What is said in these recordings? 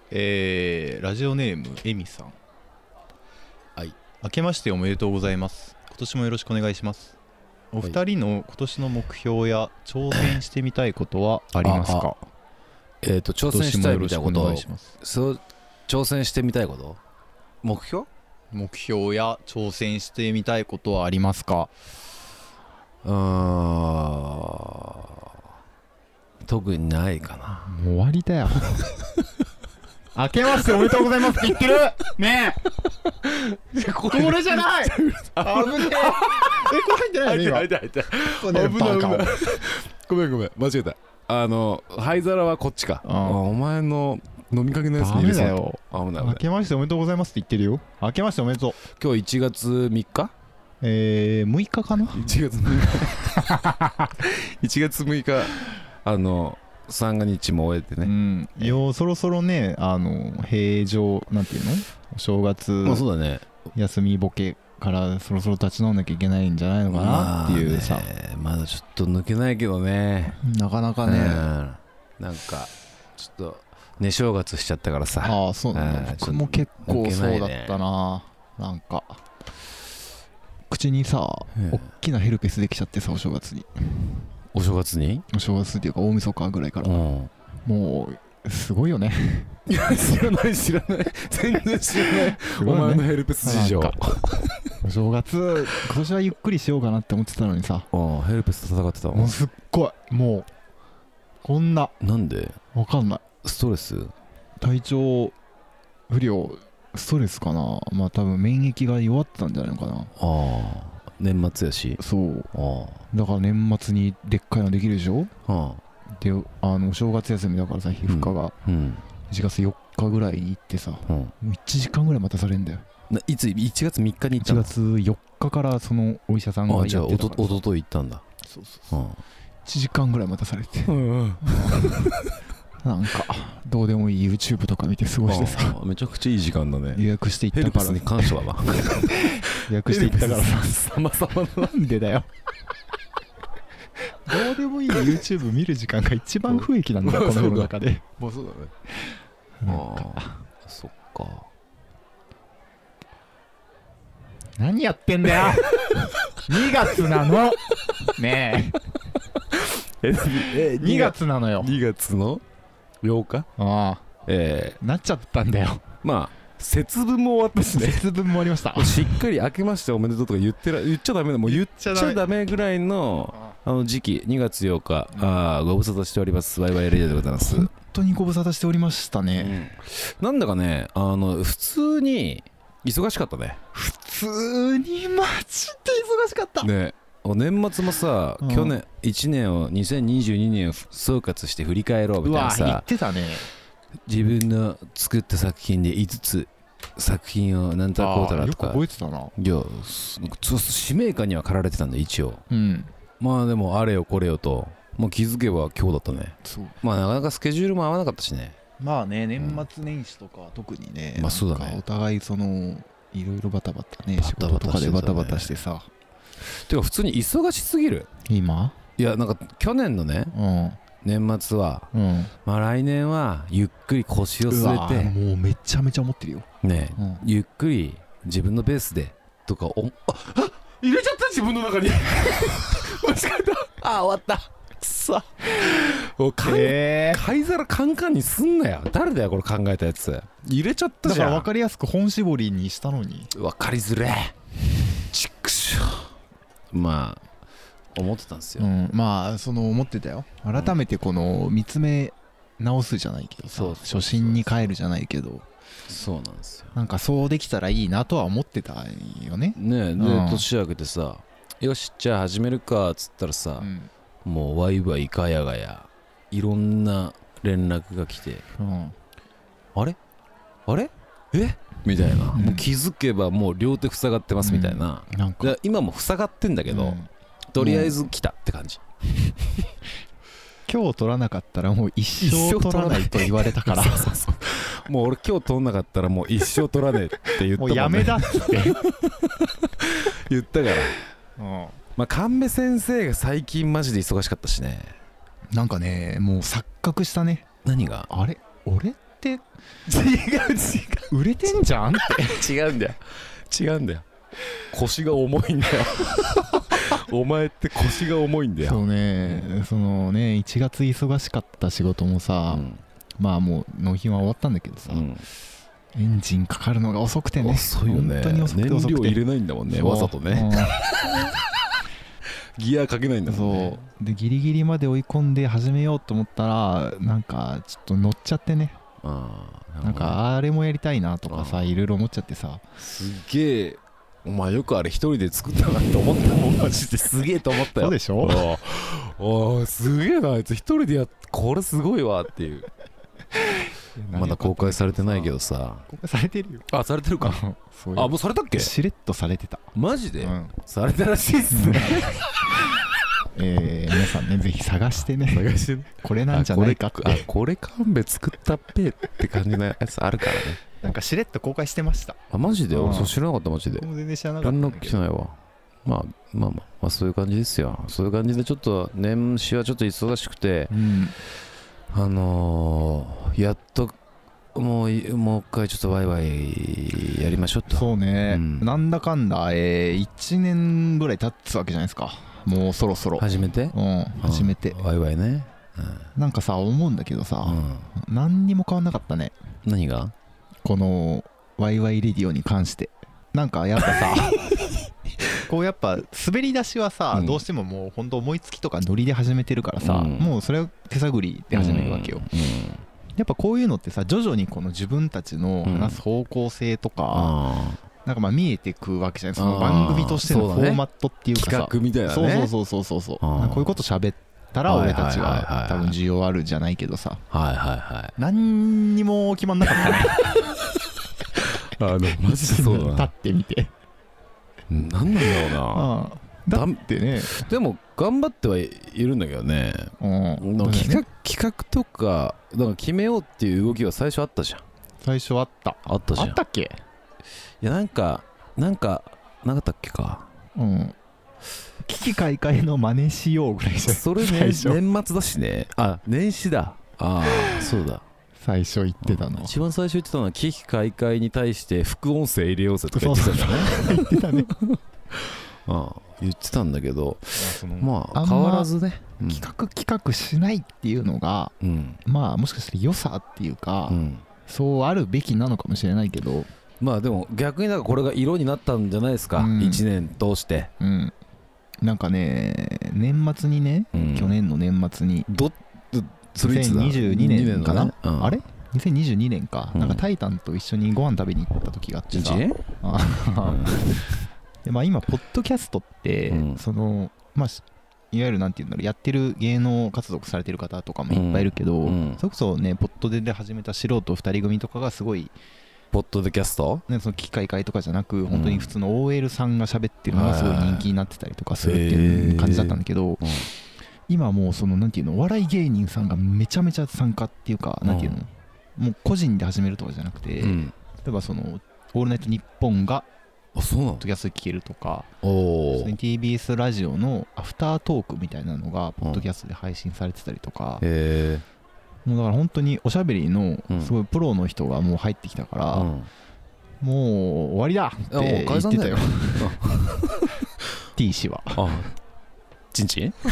ラジオネームエミさん。 はい。 明けましておめでとうございます。今年もよろしくお願いします。お二人の今年の目標や挑戦してみたいことはありますか？ 挑戦したいみたいなことを、そう挑戦してみたいこと、目標や挑戦してみたいことはありますか？ 特にないかな。 もう終わりだよ。明けましておめでとうございますって言ってるねえ。これじゃない。危ねえ。これ入ってないよね。 入って危ない。ごめん間違えた。灰皿はこっちか。お前の飲みかけのやつに入れそうだよ。危ない。 明けましておめでとうございますって言ってるよ。明けましておめでとう。 今日1月3日 6日かな。 1月6日1月6日三が日も終えてね、 そろそろね、平常なんていうの、お正月、 そうだね、 休みボケからそろそろ立ち直んなきゃいけないんじゃないのかなっていうさ、 まだちょっと抜けないけどね、 なかなかね、 なんかちょっと寝正月しちゃったからさ。 ああ、そうだね、僕も結構そうだったな。なんか口にさ、大きなヘルペスできちゃってさ、お正月にっていうか大晦日ぐらいから、もうすごいよね。 いや、知らない全然知らないお前のヘルペス事情。 お正月今年はゆっくりしようかなって思ってたのにさ、 ヘルペスと戦ってたの。 もうすっごい、もうこんな、 なんでわかんない。 ストレス、 体調不良、ストレスかな。まあ多分免疫が弱ってたんじゃないのかな。 年末やし。 そうだから年末にでっかいのできるでしょ。でお正月休みだからさ、皮膚科が1月4日ぐらいに行ってさ、もう1時間ぐらい待たされんだよ。 いつ1月3日に行ったの？ 1月4日からそのお医者さんがやってたから。 じゃあおととい行ったんだ。 そう1時間ぐらい待たされて、なんかどうでもいい YouTube とか見て過ごしてさ。 めちゃくちゃいい時間だね。 予約していったから。 ヘルペスに感謝だわ。 予約していったからさ。 様々 なんでだよ。どうでもいい YouTube 見る時間が一番不益なんだよ、この世の中で。 まあそうだね。そっか。 何やってんだよ。2月なのねえ。2月なのよ。 2月の8日。 なっちゃったんだよ。 まあ節分も終わったしね。 節分も終わりました。 しっかり明けましておめでとうとか言っちゃダメだ。もう言っちゃダメぐらいの時期、2月8日、ご無沙汰しております。ワイワイレディオでございます。 本当にご無沙汰しておりましたね。 なんだかね、普通に忙しかったね。 普通にマジで忙しかったね。年末もさ、去年1年を2022年を総括して振り返ろうみたいなさ、 言ってたね。 自分の作った作品で5つ作品をなんたらこうたらとか。 よく覚えてたな。 いや、使命感には駆られてたんだ一応。まあでもあれよこれよと、もう気づけば今日だったね。まあなかなかスケジュールも合わなかったしね。 まあね、年末年始とか特にね、 まあそうだね、 お互いそのいろいろバタバタね、仕事とかでバタバタしてさ。 てか普通に忙しすぎる今。 いや、なんか去年のね、年末は、まあ来年はゆっくり腰を据えて、 もうめちゃめちゃ思ってるよね、ゆっくり自分のペースでとか入れちゃった自分の中に。間違えた。終わった。くそ。貝皿カンカンにすんなよ。誰だよこれ考えたやつ。入れちゃったじゃん。 だから分かりやすく本絞りにしたのに。 分かりづれ。ちっくしょ。まあ思ってたんですよ。 まあその思ってたよ。改めてこの見つめ直すじゃないけどさ、初心に帰るじゃないけど。 そうなんですよ。 なんかそうできたらいいなとは思ってたよね。 ねえ、で年明けてさ、よしじゃあ始めるかっつったらさ、もうワイワイガヤガヤいろんな連絡が来て、あれみたいな、もう気づけばもう両手塞がってますみたいな、今も塞がってんだけど、とりあえず来たって感じ。 今日取らなかったらもう一生取らないと言われたから。 もう俺今日取んなかったらもう一生取らねえって言ったもんね。 もうやめだって言ったから。まあ神戸先生が最近マジで忙しかったしね。 なんかね、もう錯覚したね。 何が？ あれ俺っって売れてんじゃんって違うんだよ腰が重いんだよお前って腰が重いんだよ。 そうね、そのね1月忙しかった仕事もさ、まあもう納品は終わったんだけどさ、エンジンかかるのが遅くてね。 遅いよね。 本当に遅くて遅くて燃料入れないんだもんね、わざとねギアかけないんだもんね。 そうでギリギリまで追い込んで始めようと思ったらなんかちょっと乗っちゃってね。なんかあれもやりたいなとかさ、いろいろ思っちゃってさ。 すげえ、お前よくあれ一人で作ったなって思ったもん。マジですげえと思ったよ。 そうでしょ。 おすげえな、あいつ一人でやってこれすごいわっていう。まだ公開されてないけどさ。 公開されてるよ。 あ、されてるか。あ、もうされたっけ。 しれっとされてた。 マジで、されたらしいっすね皆さんね、ぜひ探してね、これなんじゃないかって。 これ神戸作ったっぺって感じのやつあるからね。 なんかしれっと公開してました。 あ、マジで。そう知らなかった。マジでもう全然知らなかった。 連絡来てないわ。まあそういう感じですよ。そういう感じでちょっと年始はちょっと忙しくて、やっともう一回ちょっとワイワイやりましょうと。 そうね、なんだかんだ、1年ぐらい経つわけじゃないですか。もうそろそろ初めて初めてワイワイね。 なんかさ思うんだけどさ、何にも変わんなかったね。 何が？ このワイワイレディオに関してなんかやっぱさこうやっぱ滑り出しはさ、どうしてももう本当思いつきとかノリで始めてるからさ、もうそれを手探りで始めるわけよ。やっぱこういうのってさ、徐々にこの自分たちの話す方向性とか、なんかまあ見えてくわけじゃない。その番組としてのフォーマットっていうかさ、 企画みたいなね。 そうこういうこと喋ったら俺たちは多分需要あるじゃないけどさ、何にも決まんなかったね。 マジでそうだな。 立ってみてなんなんだろうな。 だってね、 でも頑張ってはいるんだけどね。企画とかだから決めようっていう動きは最初あったじゃん。 最初あったじゃん。あったっけ。 いやなんかなかったっけか。 危機開会の真似しようぐらいじゃん。 それね、年末だしね。あ、年始だ。ああ、そうだ。 最初言ってたの。 一番最初言ってたのは危機開会に対して副音声入れようぜとか言ってたじゃない。 言ってたね。 言ってたんだけど、まあ変わらずね、 企画しないっていうのが、まあもしかしたら良さっていうか、そうあるべきなのかもしれないけど、 まあでも逆になんかこれが色になったんじゃないですか、1年通して。 なんかね、年末にね、去年の年末に2022年かな、あれ2022年か、なんかタイタンと一緒にご飯食べに行った時があってさ、でまあ今ポッドキャストってそのまあいわゆるなんていうんだろう、やってる芸能活動されてる方とかもいっぱいいるけど、それこそねポッドで始めた素人2人組とかがすごいポッドキャスト、 ね、その機械会とかじゃなく本当に普通の OL さんが喋ってるのがすごい人気になってたりとかするっていう感じだったんだけど、今もうそのなんていうの、お笑い芸人さんがめちゃめちゃ参加っていうか、なんていうの、もう個人で始めるとかじゃなくて、例えばそのオールナイトニッポンがポッドキャスト聞けるとか、TBS ラジオのアフタートークみたいなのがポッドキャストで配信されてたりとか、もうだから本当におしゃべりのすごいプロの人がもう入ってきたから、もう終わりだって言ってたよ。T 氏は。 チンチン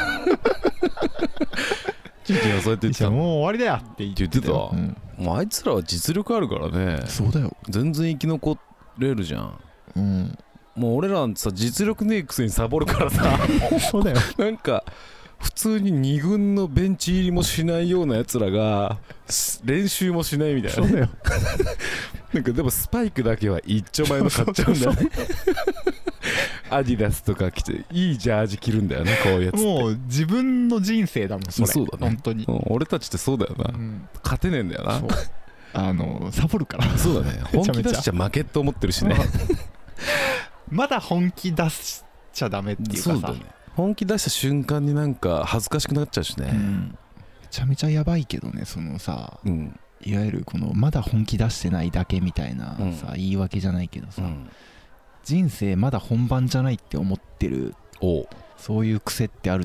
チンチンはそうやって言ってた。 もう終わりだよって言ってた。 もうあいつらは実力あるからね。 そうだよ。 全然生き残れるじゃん。もう俺らなんてさ、実力ねえくせにサボるからさ。 そうだよ。 なんか普通に2軍のベンチ入りもしないようなやつらが練習もしないみたいな、ね、 そうだよ。 なんかでもスパイクだけは一丁前の買っちゃうんだね。アディダスとか着ていいジャージ着るんだよね、こういうやつって。 もう自分の人生だもんそれ。 そうだね、 本当に、 俺たちってそうだよな、勝てねえんだよな。 サボるから。 そうだね、本気出しちゃ負けって思ってるしね。 まだ本気出しちゃダメっていうかさ、 そうだね、本気出した瞬間になんか恥ずかしくなっちゃうしね、 めちゃめちゃやばいけどね、そのさ、いわゆるこのまだ本気出してないだけみたいなさ、言い訳じゃないけどさ、人生まだ本番じゃないって思ってる、そういう癖ってあるでしょ。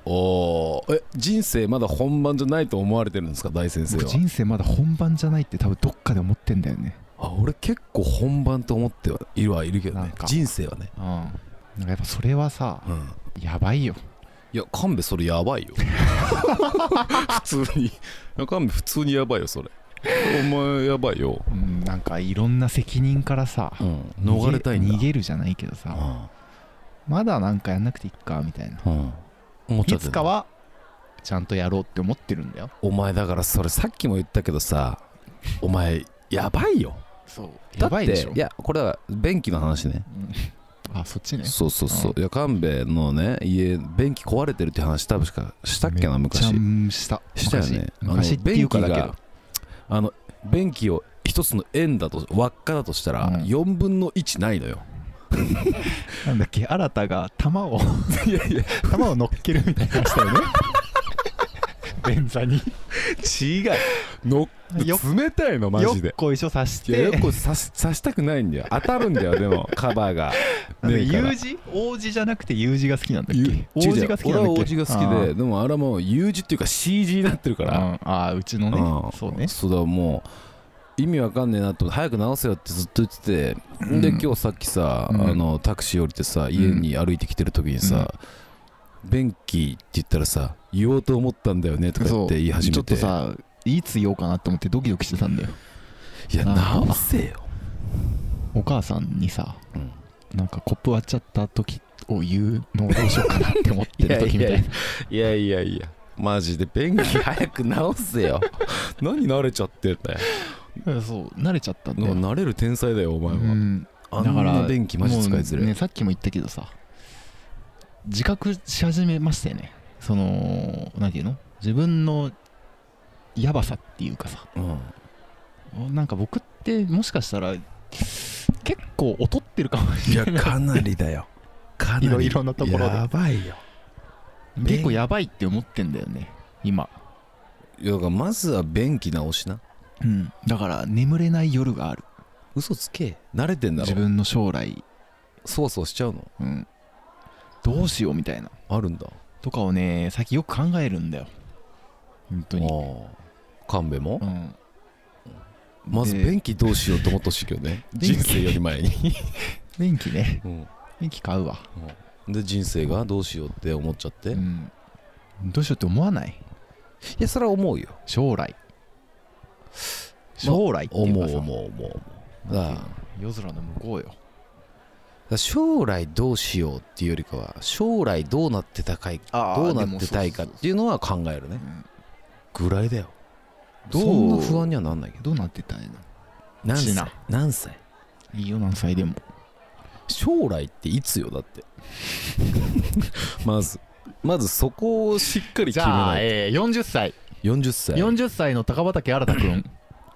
人生まだ本番じゃないと思われてるんですか、大先生は。 人生まだ本番じゃないって多分どっかで思ってんだよね。 俺結構本番と思ってはいるけどね、人生はね。 なんかやっぱそれはさ、やばいよ。 いや神戸それやばいよ普通に神戸普通にやばいよそれ。お前やばいよ。 なんかいろんな責任からさ、 逃れたいんだ。 逃げるじゃないけどさ、まだなんかやんなくていいかみたいな、いつかはちゃんとやろうって思ってるんだよ。 お前だからそれさっきも言ったけどさ、お前やばいよ。 そうやばいでしょ。 いやこれは便器の話ね。 あ、そっちね。 そう。いや神戸のね家便器壊れてるって話多分したっけな、昔。 したよね。 昔っていうかだけど、 便器を一つの円だと輪っかだとしたら4分の1ないのよ。 なんだっけ、新たが玉を乗っけるみたいな話だよね便座に。 違う冷たいのマジで。 よっこいしょ刺して。 よっこ刺したくないんだよ。当たるんだよでもカバーが。 U 字王子じゃなくて U 字が好きなんだっけ。王子が好きなんだっけ。 俺は王子が好きで、でもあれはもう U 字っていうか C 字になってるから。 うちのね。そうね。 そうだ、もう意味わかんねえなと思って早く直せよってずっと言ってて、で今日さっきさタクシー降りてさ家に歩いてきてる時にさ、便器って言ったらさ言おうと思ったんだよねとか言って言い始めて、 ちょっとさいつ言おうかなと思ってドキドキしてたんだよ。 いや直せよ。 お母さんにさ、なんかコップ割っちゃった時を言うのをどうしようかなって思ってる時みたいな。 いやマジで便器早く直せよ何慣れちゃってんだよ。 そう慣れちゃったんだよ。 慣れる天才だよお前は。あんな便器マジ使いづらいね。さっきも言ったけどさ、自覚し始めましたよね。そのなんていうの、自分のやばさっていうかさ、なんか僕ってもしかしたら結構劣ってるかもしれない。 いやかなりだよ。かなりいろんなところでやばいよ。 結構やばいって思ってんだよね今。 いやだからまずは便器直しな。 だから眠れない夜がある。 嘘つけ。慣れてんだろ。 自分の将来そわそわしちゃうの。 どうしようみたいなあるんだとかをね、最近よく考えるんだよ本当に。 神戸も、まず便器どうしようと思ってほしいけどね人生より前に便器ね、便器買うわ。 で人生がどうしようって思っちゃって、 どうしようって思わない？いやそれは思うよ。 将来っていうかさ、 思うだから夜空の向こうよ。 将来どうしようっていうよりかは将来どうなってたかどうなってたいかっていうのは考えるね、ぐらいだよ。そんな不安にはなんないけど。 どうなってたいの？ 何歳いいよ、何歳でも。 将来っていつよだってまずそこをしっかり決めないと。 じゃあ、40歳 40歳の高畑新くん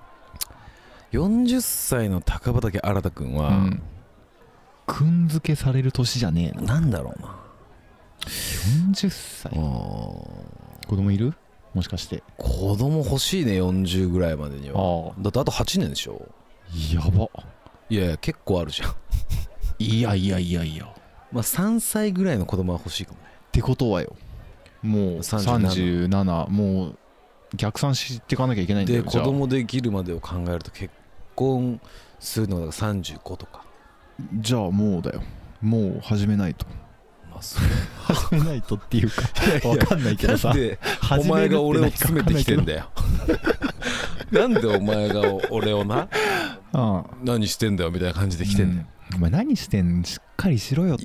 40歳の高畑新くんは、 くんづけされる年じゃねえの。 なんだろうな。 40歳子供いる？もしかして。 子供欲しいね、40ぐらいまでには。だってあと8年でしょ。 やば。 いや結構あるじゃんいやまあ3歳ぐらいの子供は欲しいかもね。 ってことはよ、もう37、もう逆算していかなきゃいけないんだよ。 で子供できるまでを考えると結婚するのが35とか。 じゃあもうだよ、もう始めないと。 まあそれ始めないとっていうか分かんないけどさ、 でお前が俺を詰めてきてんだよなんでお前が俺をな何してんだよみたいな感じで来てんだよ。 お前何してんの、しっかりしろよって。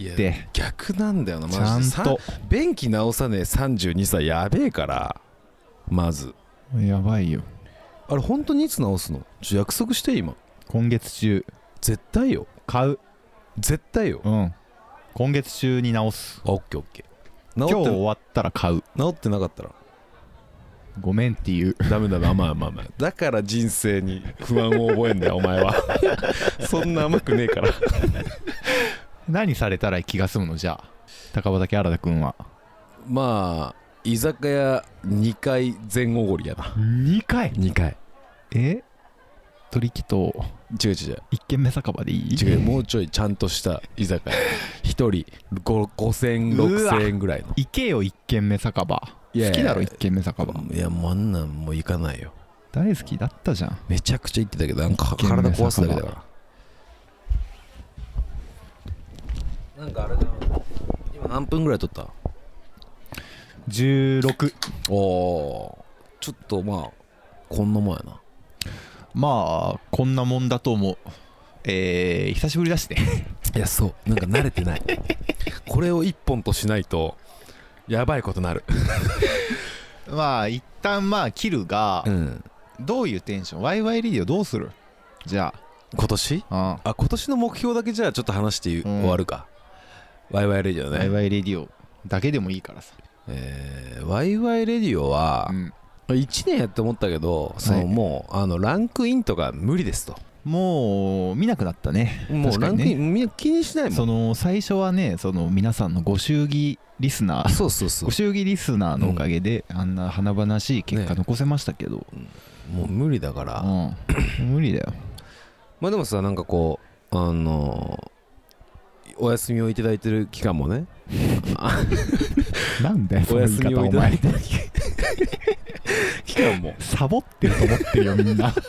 逆なんだよなマジで。ちゃんと便器直さねえ32歳やべえから。まずやばいよ。 あれ本当にいつ直すの？約束して今月中。 絶対よ。 買う。 絶対よ。 今月中に直す。 オッケーオッケー。 今日終わったら買う。 直ってなかったらごめんっていう。 ダメまあだから人生に不安を覚えんだよお前はそんな甘くねえから何されたら気が済むの？じゃあ高畑新くんは。 まあ居酒屋2回前おごりやな。 2回鳥木と違う一軒目酒場でいい？ 違う、もうちょいちゃんとした居酒屋一人5000、6000円ぐらいの。 行けよ一軒目酒場。好きだろ一軒目酒場。 いやもうあんなんもう行かないよ。 大好きだったじゃん。 めちゃくちゃ行ってたけど、なんか体壊すだけだから。なんかあれだな、今何分ぐらい撮った ？16。 おお、ちょっとまあこんなもんやな。 まあこんなもんだと思う。久しぶりだしね。 いやそう、なんか慣れてないこれを一本としないとやばいことなるまあ一旦まあ切るが、どういうテンション？ワイワイレディオどうする？じゃあ今年？今年の目標だけじゃあちょっと話して終わるか。ワイワイレディオね。 ワイワイレディオだけでもいいからさ。 ワイワイレディオは、1年やって思ったけど、そのもうランクインとか無理ですと。 もう見なくなったね。 もうランクインみんな気にしないもん。 その最初はね、その皆さんのご祝儀リスナー、ご祝儀リスナーのおかげで、あんな華々しい結果残せましたけど、 もう無理だから、 無理だよ。 まあでもさ、なんかこうお休みをいただいてる期間もねなんだよその言い方。お休みをいただいてる期間もサボってると思ってるよみんな。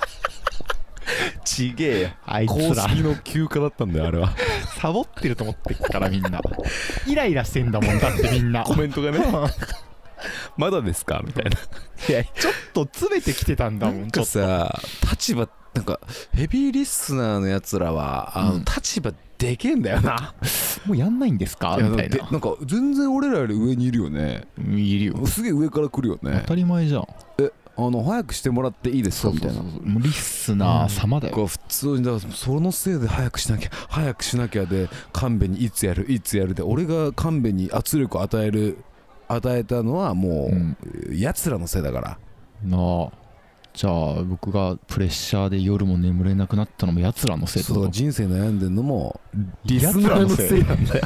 ちげえよ、 あいつら公式の休暇だったんだよあれは。 サボってると思ってっからみんな。イライラしてんだもんだってみんな。 コメントがねまだですかみたいな。 いやちょっと詰めてきてたんだもん。 なんかさ、立場なんかヘビーリスナーのやつらは立場でけえんだよな。 もうやんないんですかみたいな。 なんか全然俺らより上にいるよね。 いるよ。 すげえ上から来るよね。 当たり前じゃん。 早くしてもらっていいですかみたいな。 もうリスナー様だよ。 普通にだからそのせいで早くしなきゃで、神戸にいつやるで、俺が神戸に圧力を与えたのはもうやつらのせいだからなあ。じゃあ僕がプレッシャーで夜も眠れなくなったのもやつらのせいだ。 そう、人生悩んでんのもリスナーのせいなんだよ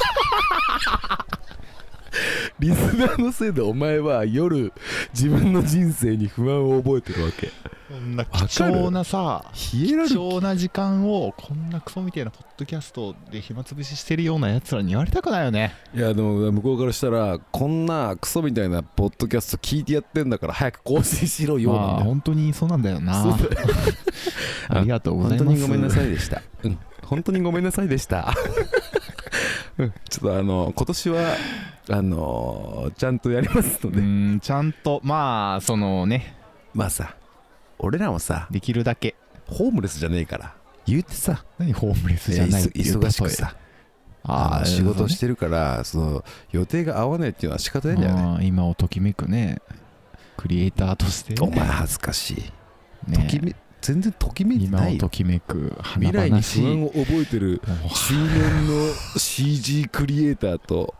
リスナーのせいでお前は夜自分の人生に不安を覚えてるわけ。 こんな貴重なさ、貴重な時間をこんなクソみたいなポッドキャストで暇つぶししてるようなやつらに言われたくないよね。 いやでも向こうからしたら、こんなクソみたいなポッドキャスト聞いてやってんだから早く更新しろようなんだよ。 本当にそうなんだよな。ありがとうございます。 本当にごめんなさいでした。本当にごめんなさいでしたちょっと今年はちゃんとやりますので。 ちゃんとまあそのね、 まあさ、俺らもさできるだけホームレスじゃねえから言ってさ。 何ホームレスじゃないっていう忙しくさ仕事してるから、その予定が合わないっていうのは仕方ないんだよね。 今をときめくねクリエイターとして、 お前恥ずかしいね。全然ときめいてないよ。 今をときめく未来に不安を覚えてる中年の CG クリエイターと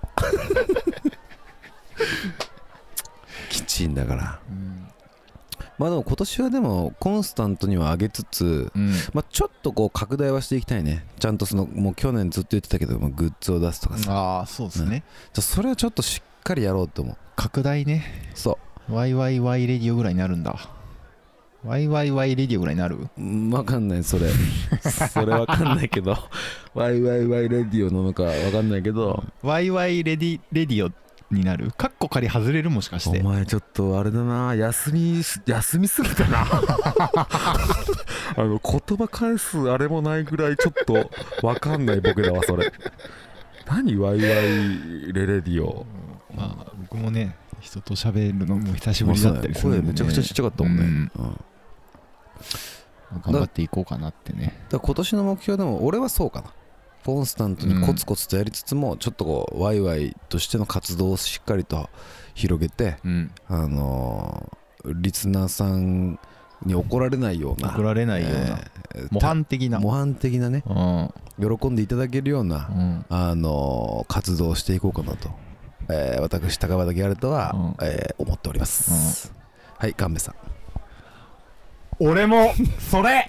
きちんだから、まあでも今年はでもコンスタントには上げつつ、まあちょっとこう拡大はしていきたいね。ちゃんとそのもう去年ずっと言ってたけどもグッズを出すとかさ。 そうですね。 じゃそれはちょっとしっかりやろうと思う。 拡大ね。 そう。 ワイワイワイレディオぐらいになるんだ。ワイワイワイレディオぐらいになる？ わかんないそれわかんないけどワイワイワイレディオなのかわかんないけど、 ワイワイレディオになる？カッコ仮外れる？もしかしてお前ちょっとあれだな、休みすぎたな言葉返すあれもないぐらいちょっとわかんないボケだわそれ。何ワイワイレディオ。 まあ僕もね人と喋るのも久しぶりだったりするんで、 声めちゃくちゃちっちゃかったもんね。 頑張っていこうかなってね。 だ今年の目標でも俺はそうかな。コンスタントにコツコツとやりつつも、ちょっとこうワイワイとしての活動をしっかりと広げて、リスナーさんに怒られないような、模範的なね、喜んでいただけるような、活動をしていこうかなと、私高畑ギャルトは、思っております。はい、神戸さん。 俺もそれ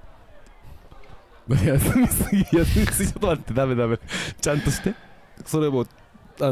休みすぎちょっと待って、ダメちゃんとして。それも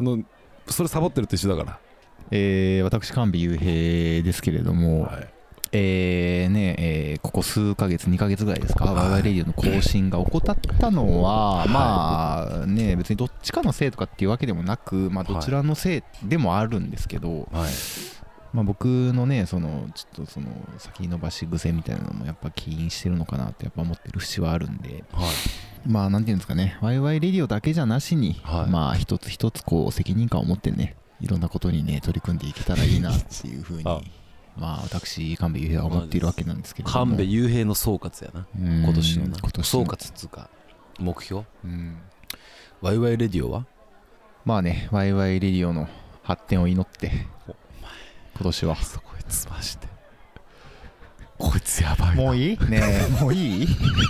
それサボってると一緒だから。 私神戸雄平ですけれども、 ここ数ヶ月2ヶ月ぐらいですか、ワイワイレディオの更新が怠ったのは、まあね、別にどっちかのせいとかっていうわけでもなく、まあどちらのせいでもあるんですけど、まあ僕のね、ちょっと先延ばし癖みたいなのもやっぱ起因してるのかなってやっぱ思ってる節はあるんで、まあなんていうんですかね、ワイワイレディオだけじゃなしに、まあ一つ一つこう責任感を持ってね、いろんなことにね取り組んでいけたらいいなっていうふうにまあ私神戸雄平は思っているわけなんですけども、 神戸雄平の総括やな、今年の総括っつうか目標。ワイワイレディオはまあね、ワイワイレディオの発展を祈って今年はそこへつまして、こいつやばいな。 もういいねえ、もういい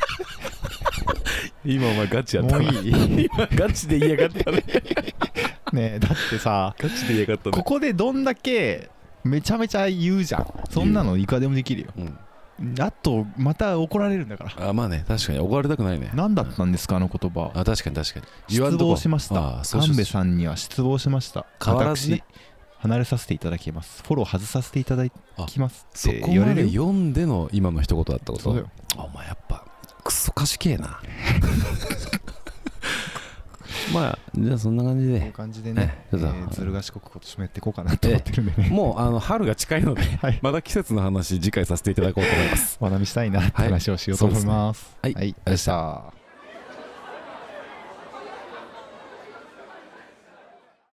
今お前ガチやったな。 もういい今ガチで言いやがったね。 ねえ、だってさ、 ガチで言いやがったね。 ここでどんだけめちゃめちゃ言うじゃん。そんなのいかでもできるよ。あとまた怒られるんだから。 まあね、確かに怒られたくないね。 何だったんですかあの言葉。 確かに確かに。 失望しました。神戸さんには失望しました。 変わらずね、 離れさせていただきます。フォロー外させていただきますっそて言われる。 こまで読んでの今の一言だったこと。 そうだよ。 お前やっぱクソ賢えな。まあじゃあそんな感じで、 こういう感じでね、ずる賢く今年もやっていこうかなと思ってるんでね。 もう春が近いので、また季節の話次回させていただこうと思います。 お話したいなって話をしようと思います。 はい、ありがとうございました。